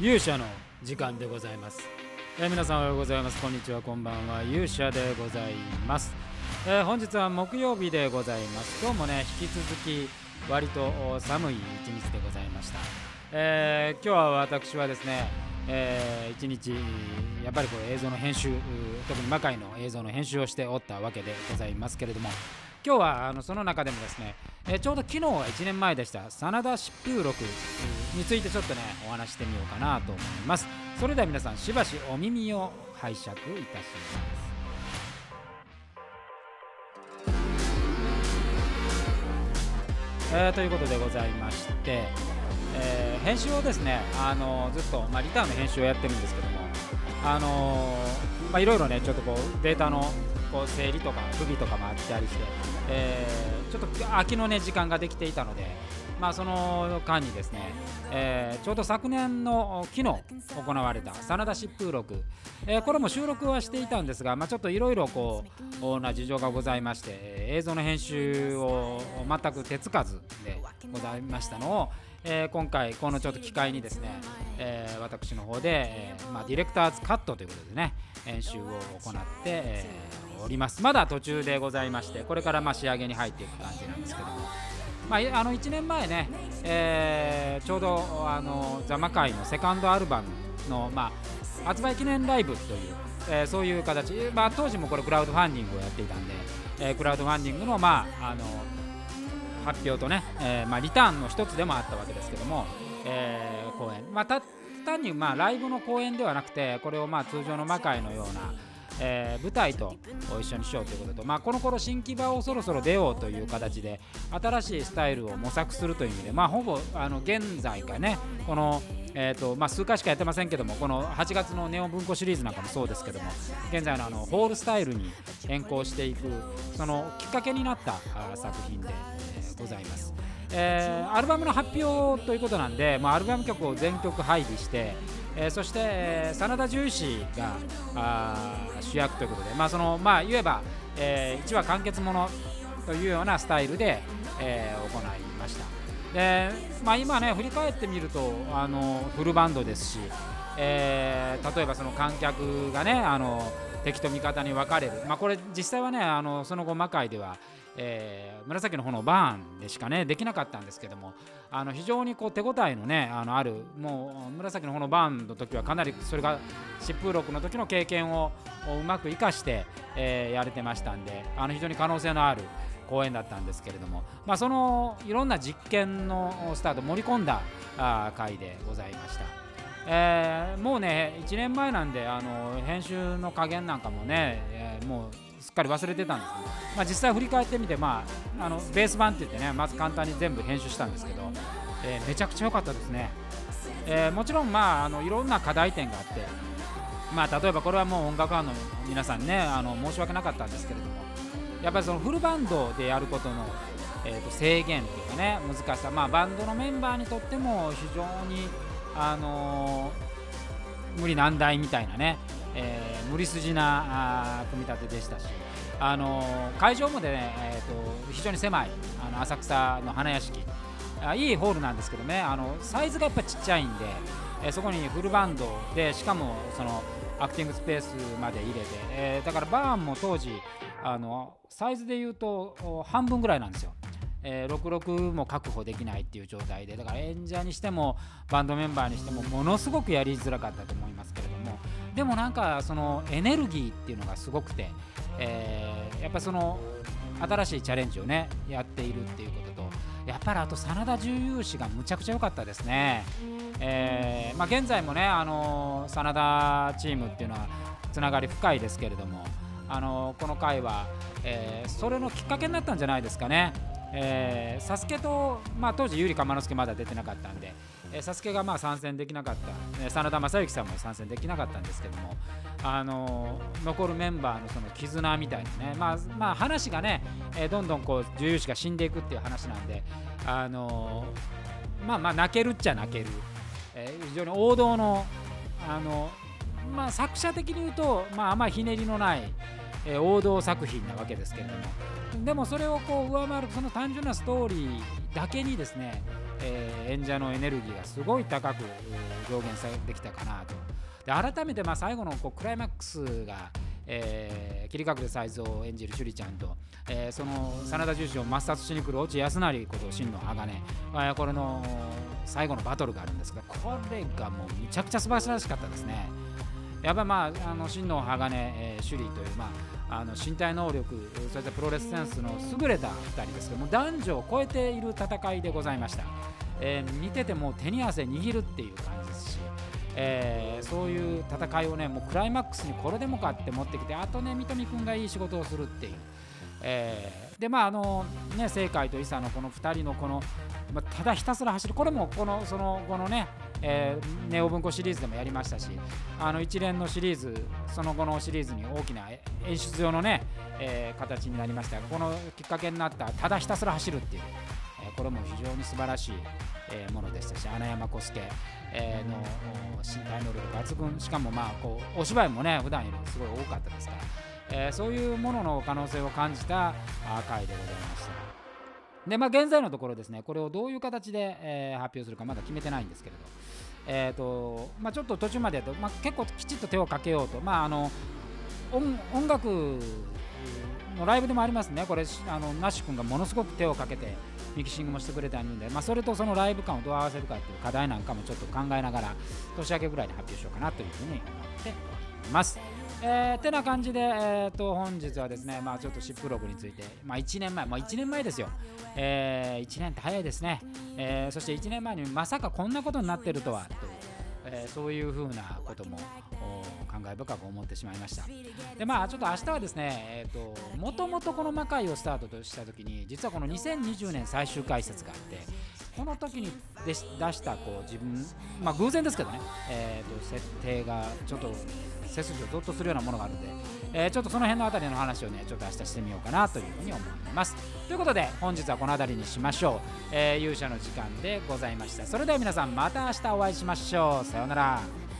勇者の時間でございます。皆さんおはようございます。こんにちは、こんばんは。勇者でございます。本日は木曜日でございます。今日もね引き続き割と寒い一日でございました。今日は私はですね、一日やっぱりこう映像の編集、特に魔界の映像の編集をしておったわけでございますけれども、今日はその中でもですね、ちょうど昨日は1年前でした真田疾風録についてちょっとねお話してみようかなと思います。それでは皆さんしばしお耳を拝借いたします。ということでございまして、編集をですねずっと、リターンの編集をやってるんですけども、いろいろねちょっとこうデータのこう整理とか不備とかもあったりして、ちょっと空きのね時間ができていたので、その間にですね、ちょうど昨年の昨日行われた真田疾風録、これも収録はしていたんですが、ちょっといろいろこうな事情がございまして、映像の編集を全く手つかずでございましたのを、今回このちょっと機会にですね、私の方で、ディレクターズカットということでね編集を行って、おります。まだ途中でございまして、これから仕上げに入っていく感じなんですけども、1年前ね、ちょうどザ・マカイのセカンドアルバムの、発売記念ライブという、そういう形、当時もこれクラウドファンディングをやっていたんで、クラウドファンディングの、発表とね、リターンの一つでもあったわけですけども、公演、単にライブの公演ではなくて、これを通常の魔界のような舞台と一緒にしようということと、この頃新木場をそろそろ出ようという形で新しいスタイルを模索するという意味で、ほぼ現在かねこの、数回しかやってませんけども、この8月のネオ文庫シリーズなんかもそうですけども、現在のホールスタイルに変更していくそのきっかけになった作品で、ございます。アルバムの発表ということなんで、アルバム曲を全曲配備して、そして、真田重視が主役ということで、いわば、1話完結ものというようなスタイルで、行いました。で、今ね振り返ってみるとフルバンドですし、例えばその観客がね敵と味方に分かれる、これ実際はねその後魔界では紫の炎バーンでしかねできなかったんですけども、非常にこう手応えのねある、もう紫の炎バーンの時はかなりそれが疾風録の時の経験をうまく生かして、やれてましたんで、非常に可能性のある公演だったんですけれども、そのいろんな実験のスタート盛り込んだ回でございました。もうね1年前なんで編集の加減なんかもね、もうすっかり忘れてたんですけど、実際振り返ってみて、ベース版って言ってねまず簡単に全部編集したんですけど、めちゃくちゃ良かったですね。もちろんいろんな課題点があって、例えばこれはもう音楽班の皆さんにね申し訳なかったんですけれども、やっぱりそのフルバンドでやることの、制限っていうかね難しさ、バンドのメンバーにとっても非常に無理難題みたいなね、無理筋な組み立てでしたし、会場もでね、非常に狭い浅草の花屋敷、いいホールなんですけどねサイズがやっぱちっちゃいんで、そこにフルバンドでしかもそのアクティングスペースまで入れて、だからバーンも当時サイズでいうと半分ぐらいなんですよ。66も確保できないっていう状態で、だから演者にしてもバンドメンバーにしてもものすごくやりづらかったと思いますけれども、でもなんかそのエネルギーっていうのがすごくて、やっぱその新しいチャレンジをねやっているっていうことと、やっぱりあと真田重勇士がむちゃくちゃ良かったですね。現在もね真田チームっていうのはつながり深いですけれども、この回は、それのきっかけになったんじゃないですかね。サスケと、当時有利釜之助まだ出てなかったんで、サスケが参戦できなかった、真田昌幸さんも参戦できなかったんですけども、残るメンバーのその絆みたいなね、話がね、どんどんこう重勇士が死んでいくっていう話なんで、泣けるっちゃ泣ける、非常に王道の作者的に言うと、あんまりひねりのない王道作品なわけですけれども、でもそれをこう上回るその単純なストーリーだけにですね、 演者のエネルギーがすごい高く表現されてきたかなと。で改めて最後のクライマックスが、桐隠才蔵を演じる趣里ちゃんと、その真田重視を抹殺しに来る越智康成こと真の鋼、これの最後のバトルがあるんですが、これがもうむちゃくちゃ素晴らしかったですね。やっぱり真の鋼、趣里という、身体能力、それからプロレスセンスの優れた2人ですけども、男女を超えている戦いでございました。見てても手に汗握るっていう感じですし、そういう戦いをね、もうクライマックスにこれでもかって持ってきて、あとね、三富君がいい仕事をするっていう、で正解と伊佐のこの2人のこの、ただひたすら走る、これもこのね、ネオ文庫シリーズでもやりましたし、一連のシリーズ、その後のシリーズに大きな演出上のね、形になりました。このきっかけになったただひたすら走るっていう、これも非常に素晴らしいものでしたし、穴山古助の身体能力抜群、しかもお芝居もね普段よりすごい多かったですから、そういうものの可能性を感じた回でございました。で現在のところですね、これをどういう形で、発表するかまだ決めてないんですけれど、ちょっと途中までやと、結構きちっと手をかけようと、音楽のライブでもありますね。これナッシュ君がものすごく手をかけてミキシングもしてくれたんで、それとそのライブ感をどう合わせるかっていう課題なんかもちょっと考えながら年明けぐらいに発表しようかなというふうに思っております。てな感じで、本日はですね、ちょっとシップログについて、1年前、1年前ですよ、1年って早いですね、そして1年前にまさかこんなことになってるとはという、そういうふうなことも感慨深く思ってしまいました。でちょっと明日はですね、もともとこの魔界をスタートとした時に、実はこの2020年最終解説があって、この時に出した自分、偶然ですけどね、設定がちょっと背筋をゾッとするようなものがあるので、ちょっとその辺のあたりの話をね、ちょっと明日してみようかなというふうに思います。ということで本日はこのあたりにしましょう。勇者の時間でございました。それでは皆さん、また明日お会いしましょう。さようなら。